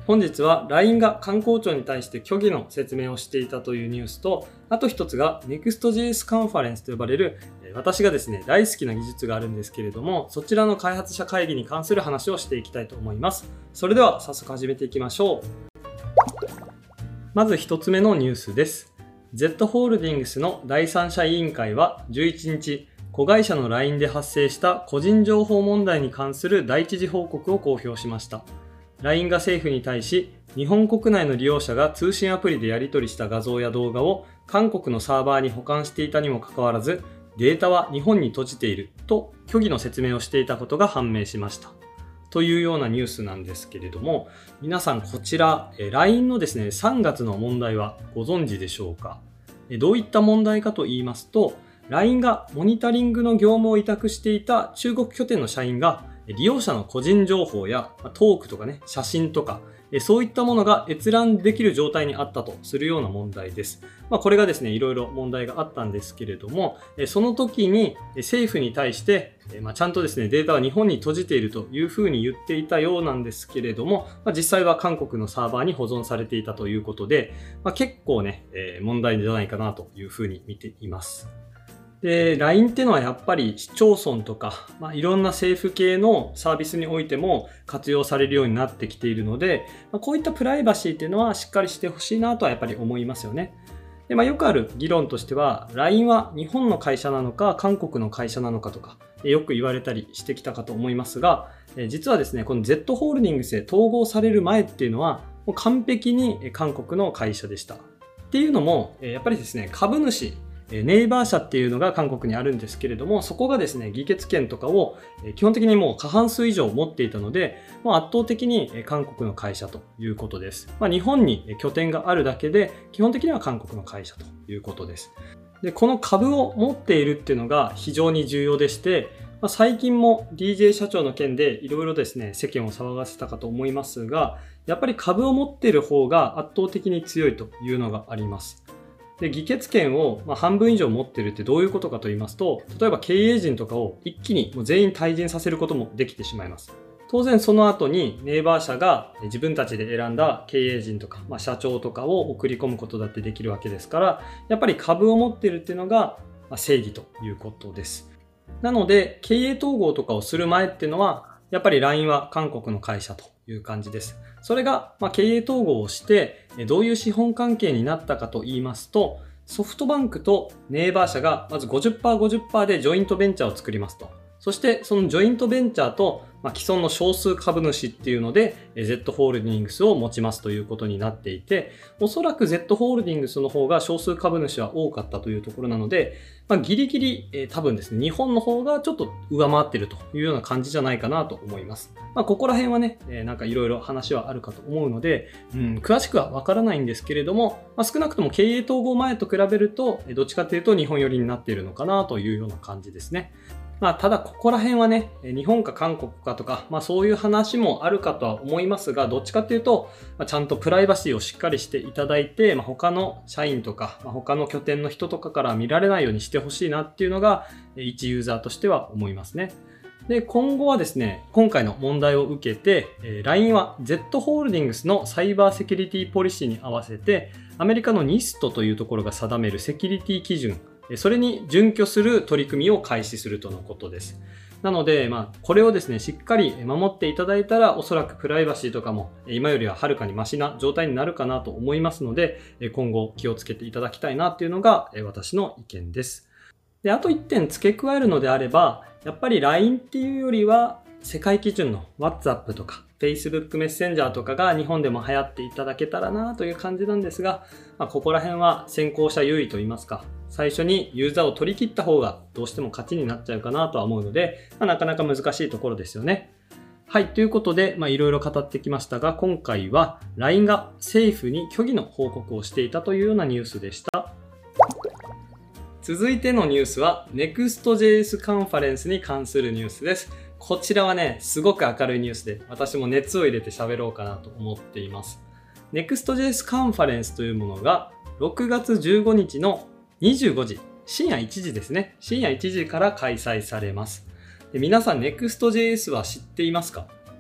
本日は LINE が観光庁に対して虚偽の説明をしていたというニュースと、あと一つが Next.js カンファレンスと呼ばれる、私がですね、大好きな技術があるんですけれども、そちらの開発者会議に関する話をしていきたいと思います。それでは早速始めていきましょう。まず一つ目のニュースです。Z ホールディングスの第三者委員会は11日、子会社の LINE で発生した個人情報問題に関する第一次報告を公表しました。LINE が政府に対し、日本国内の利用者が通信アプリでやり取りした画像や動画を韓国のサーバーに保管していたにもかかわらず、データは日本に閉じていると虚偽の説明をしていたことが判明しました。というようなニュースなんですけれども、皆さんこちら、LINE のですね、3月の問題はご存知でしょうか？どういった問題かと言いますと、LINE がモニタリングの業務を委託していた中国拠点の社員が利用者の個人情報やトークとかね、写真とか、そういったものが閲覧できる状態にあったとするような問題です。これがですね、いろいろ問題があったんですけれども、その時に政府に対して、ちゃんとですね、データは日本に閉じているというふうに言っていたようなんですけれども、実際は韓国のサーバーに保存されていたということで、結構ね、問題じゃないかなというふうに見ています。で、LINE っていうのはやっぱり市町村とか、いろんな政府系のサービスにおいても活用されるようになってきているので、こういったプライバシーっていうのはしっかりしてほしいなとはやっぱり思いますよね。で、よくある議論としては、LINE は日本の会社なのか韓国の会社なのかとか、よく言われたりしてきたかと思いますが、実はですね、この Z ホールディングスで統合される前っていうのは、もう完璧に韓国の会社でした。っていうのも、やっぱりですね、株主、ネイバー社っていうのが韓国にあるんですけれども、そこがですね、議決権とかを基本的にもう過半数以上持っていたので、圧倒的に韓国の会社ということです。日本に拠点があるだけで、基本的には韓国の会社ということです。で、この株を持っているっていうのが非常に重要でして、最近も DJ 社長の件でいろいろですね、世間を騒がせたかと思いますが、やっぱり株を持っている方が圧倒的に強いというのがあります。で、議決権を半分以上持ってるってどういうことかと言いますと、例えば経営陣とかを一気にもう全員退陣させることもできてしまいます。当然その後にネイバー社が自分たちで選んだ経営陣とか、社長とかを送り込むことだってできるわけですから、やっぱり株を持ってるっていうのが正義ということです。なので、経営統合とかをする前っていうのは、やっぱり LINE は韓国の会社という感じです。それが経営統合をしてどういう資本関係になったかと言いますと、ソフトバンクとネイバー社がまず 50%、50% でジョイントベンチャーを作りますと。そしてそのジョイントベンチャーと既存の少数株主っていうので Z ホールディングスを持ちますということになっていて、おそらく Z ホールディングスの方が少数株主は多かったというところなので、ギリギリ多分ですね、日本の方がちょっと上回っているというような感じじゃないかなと思います。ここら辺はね、なんかいろいろ話はあるかと思うので、詳しくはわからないんですけれども、少なくとも経営統合前と比べると、どっちかというと日本寄りになっているのかなというような感じですね。ただここら辺はね、日本か韓国かとか、そういう話もあるかとは思いますが、どっちかっていうと、ちゃんとプライバシーをしっかりしていただいて、他の社員とか、他の拠点の人とかから見られないようにしてほしいなっていうのが、一ユーザーとしては思いますね。で、今後はですね、今回の問題を受けて、LINE は Z ホールディングスのサイバーセキュリティポリシーに合わせて、アメリカの NIST というところが定めるセキュリティ基準、それに準拠する取り組みを開始するとのことです。なので、これをですね、しっかり守っていただいたら、おそらくプライバシーとかも今よりははるかにマシな状態になるかなと思いますので、今後気をつけていただきたいなっていうのが私の意見です。で、あと1点付け加えるのであれば、やっぱり LINE っていうよりは、世界基準の WhatsApp とか Facebook メッセンジャーとかが日本でも流行っていただけたらなという感じなんですが、ここら辺は先行者優位といいますか、最初にユーザーを取り切った方がどうしても勝ちになっちゃうかなとは思うので、なかなか難しいところですよね。はい、ということで、いろいろ語ってきましたが、今回は LINE が政府に虚偽の報告をしていたというようなニュースでした。続いてのニュースは Next.js カンファレンスに関するニュースです。こちらはね、すごく明るいニュースで、私も熱を入れて喋ろうかなと思っています。Next.js カンファレンスというものが6月15日の25時、深夜1時ですね。深夜1時から開催されます。で、皆さん Next.js は知っていますか？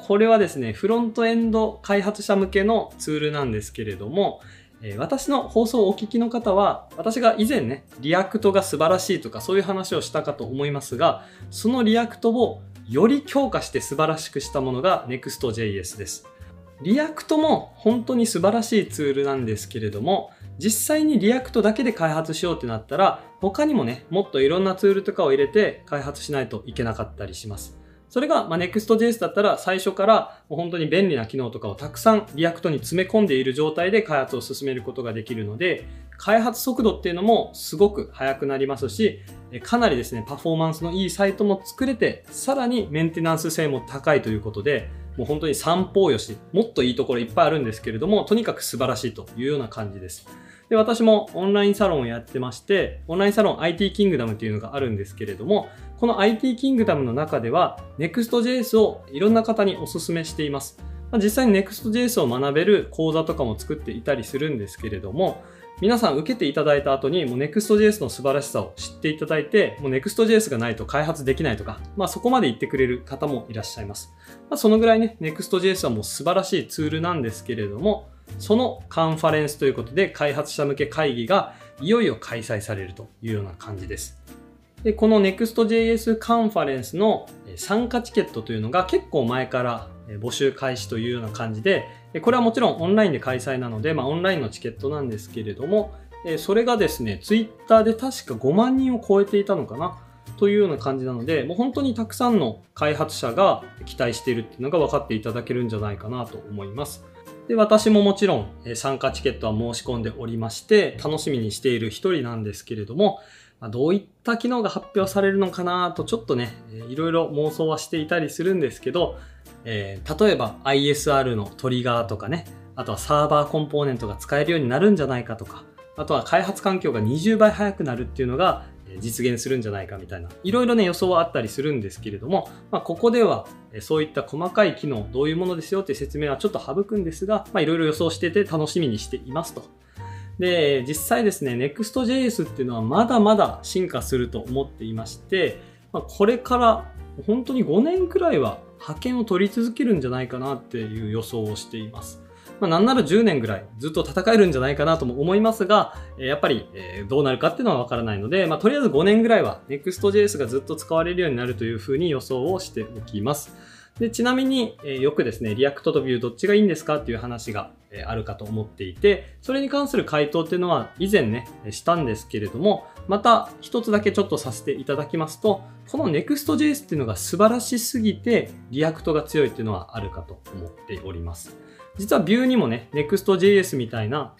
これはですね、フロントエンド開発者向けのツールなんですけれども、私の放送をお聞きの方は、私が以前ね、リアクトが素晴らしいとかそういう話をしたかと思いますが、そのリアクトをより強化して素晴らしくしたものが Next.js です。リアクトも本当に素晴らしいツールなんですけれども、実際にリアクトだけで開発しようってなったら、他にもね、もっといろんなツールとかを入れて開発しないといけなかったりします。それが、Next.js だったら最初から本当に便利な機能とかをたくさんリアクトに詰め込んでいる状態で開発を進めることができるので、開発速度っていうのもすごく速くなりますし、かなりですね、パフォーマンスのいいサイトも作れて、さらにメンテナンス性も高いということで、もう本当に三方よし、もっといいところいっぱいあるんですけれども、とにかく素晴らしいというような感じです。で、私もオンラインサロンをやってまして、オンラインサロン IT キングダムっていうのがあるんですけれども、この IT キングダムの中では Next.js をいろんな方にお勧めしています。実際に Next.js を学べる講座とかも作っていたりするんですけれども、皆さん受けていただいた後にもう Next.js の素晴らしさを知っていただいて、もう Next.js がないと開発できないとか、そこまで言ってくれる方もいらっしゃいます。そのぐらいね、Next.js はもう素晴らしいツールなんですけれども、そのカンファレンスということで開発者向け会議がいよいよ開催されるというような感じです。で、この Next.js カンファレンスの参加チケットというのが結構前から募集開始というような感じで、これはもちろんオンラインで開催なので、オンラインのチケットなんですけれども、それがですね、Twitter で確か5万人を超えていたのかなというような感じなので、もう本当にたくさんの開発者が期待しているっていうのが分かっていただけるんじゃないかなと思います。で、私ももちろん参加チケットは申し込んでおりまして、楽しみにしている一人なんですけれども、どういった機能が発表されるのかなとちょっとね、いろいろ妄想はしていたりするんですけど、例えば ISR のトリガーとかね、あとはサーバーコンポーネントが使えるようになるんじゃないかとか、あとは開発環境が20倍速くなるっていうのが実現するんじゃないかみたいな、いろいろね予想はあったりするんですけれども、ここではそういった細かい機能、どういうものですよっていう説明はちょっと省くんですが、いろいろ予想してて楽しみにしていますと。で、実際ですね、Next.js っていうのはまだまだ進化すると思っていまして、これから本当に5年くらいは覇権を取り続けるんじゃないかなっていう予想をしています。なんなら10年ぐらいずっと戦えるんじゃないかなとも思いますが、やっぱりどうなるかっていうのはわからないので、とりあえず5年ぐらいは Next.js がずっと使われるようになるというふうに予想をしておきます。で、ちなみによくですね、リアクトとビューどっちがいいんですかっていう話があるかと思っていて、それに関する回答っていうのは以前ね、したんですけれども、また一つだけちょっとさせていただきますと、この Next.js っていうのが素晴らしすぎて、リアクトが強いっていうのはあるかと思っております。実はビューにもね、Next.js みたいな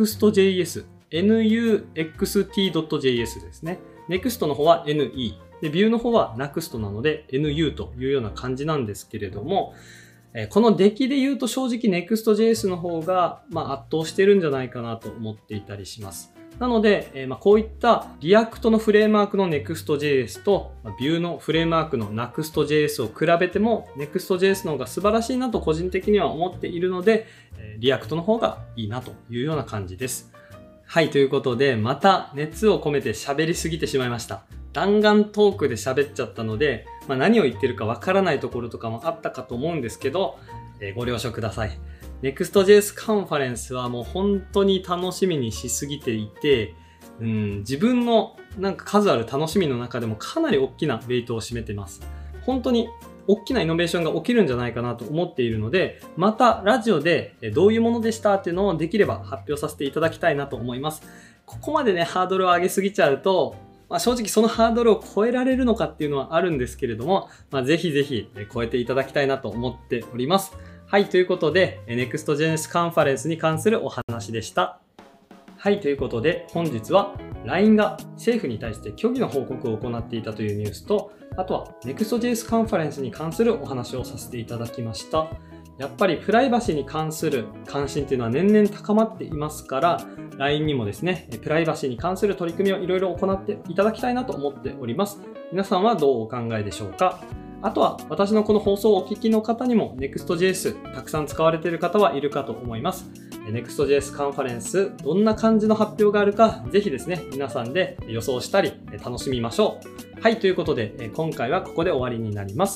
Nuxt.js、nuxt.js ですね。Next の方は ne。で、ビューの方は Nuxt なので nu というような感じなんですけれども、この出来で言うと正直 Next.js の方が、圧倒してるんじゃないかなと思っていたりします。なので、こういったリアクトのフレームワークの Next.js と、ビューのフレームワークの Nuxt.js を比べても Next.js の方が素晴らしいなと個人的には思っているので、リアクトの方がいいなというような感じです。はい、ということで、また熱を込めて喋りすぎてしまいました。弾丸トークで喋っちゃったので、何を言ってるかわからないところとかもあったかと思うんですけど、ご了承ください。Next.js カンファレンスはもう本当に楽しみにしすぎていて、自分の数ある楽しみの中でもかなり大きなウェイトを占めています。本当に大きなイノベーションが起きるんじゃないかなと思っているので、またラジオでどういうものでしたっていうのをできれば発表させていただきたいなと思います。ここまでね、ハードルを上げすぎちゃうと、正直そのハードルを超えられるのかっていうのはあるんですけれども、ぜひぜひ超えていただきたいなと思っております。はい、ということで、Next.js カンファレンスに関するお話でした。はい、ということで、本日は LINE が政府に対して虚偽の報告を行っていたというニュースと、あとは Next.js カンファレンスに関するお話をさせていただきました。やっぱりプライバシーに関する関心っていうのは年々高まっていますから、LINE にもですね、プライバシーに関する取り組みをいろいろ行っていただきたいなと思っております。皆さんはどうお考えでしょうか？あとは私のこの放送をお聞きの方にも Next.js たくさん使われている方はいるかと思います。Next.js カンファレンスどんな感じの発表があるかぜひですね皆さんで予想したり楽しみましょう。はい、ということで今回はここで終わりになります。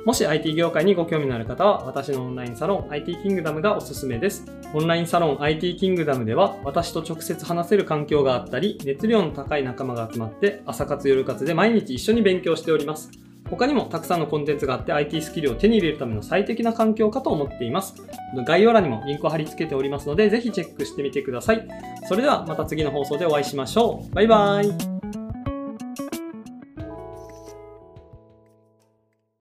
もし IT 業界にご興味のある方は、私のオンラインサロン IT キングダムがおすすめです。オンラインサロン IT キングダムでは、私と直接話せる環境があったり、熱量の高い仲間が集まって、朝活夜活で毎日一緒に勉強しております。他にもたくさんのコンテンツがあって IT スキルを手に入れるための最適な環境かと思っています。概要欄にもリンクを貼り付けておりますので、ぜひチェックしてみてください。それではまた次の放送でお会いしましょう。バイバーイ。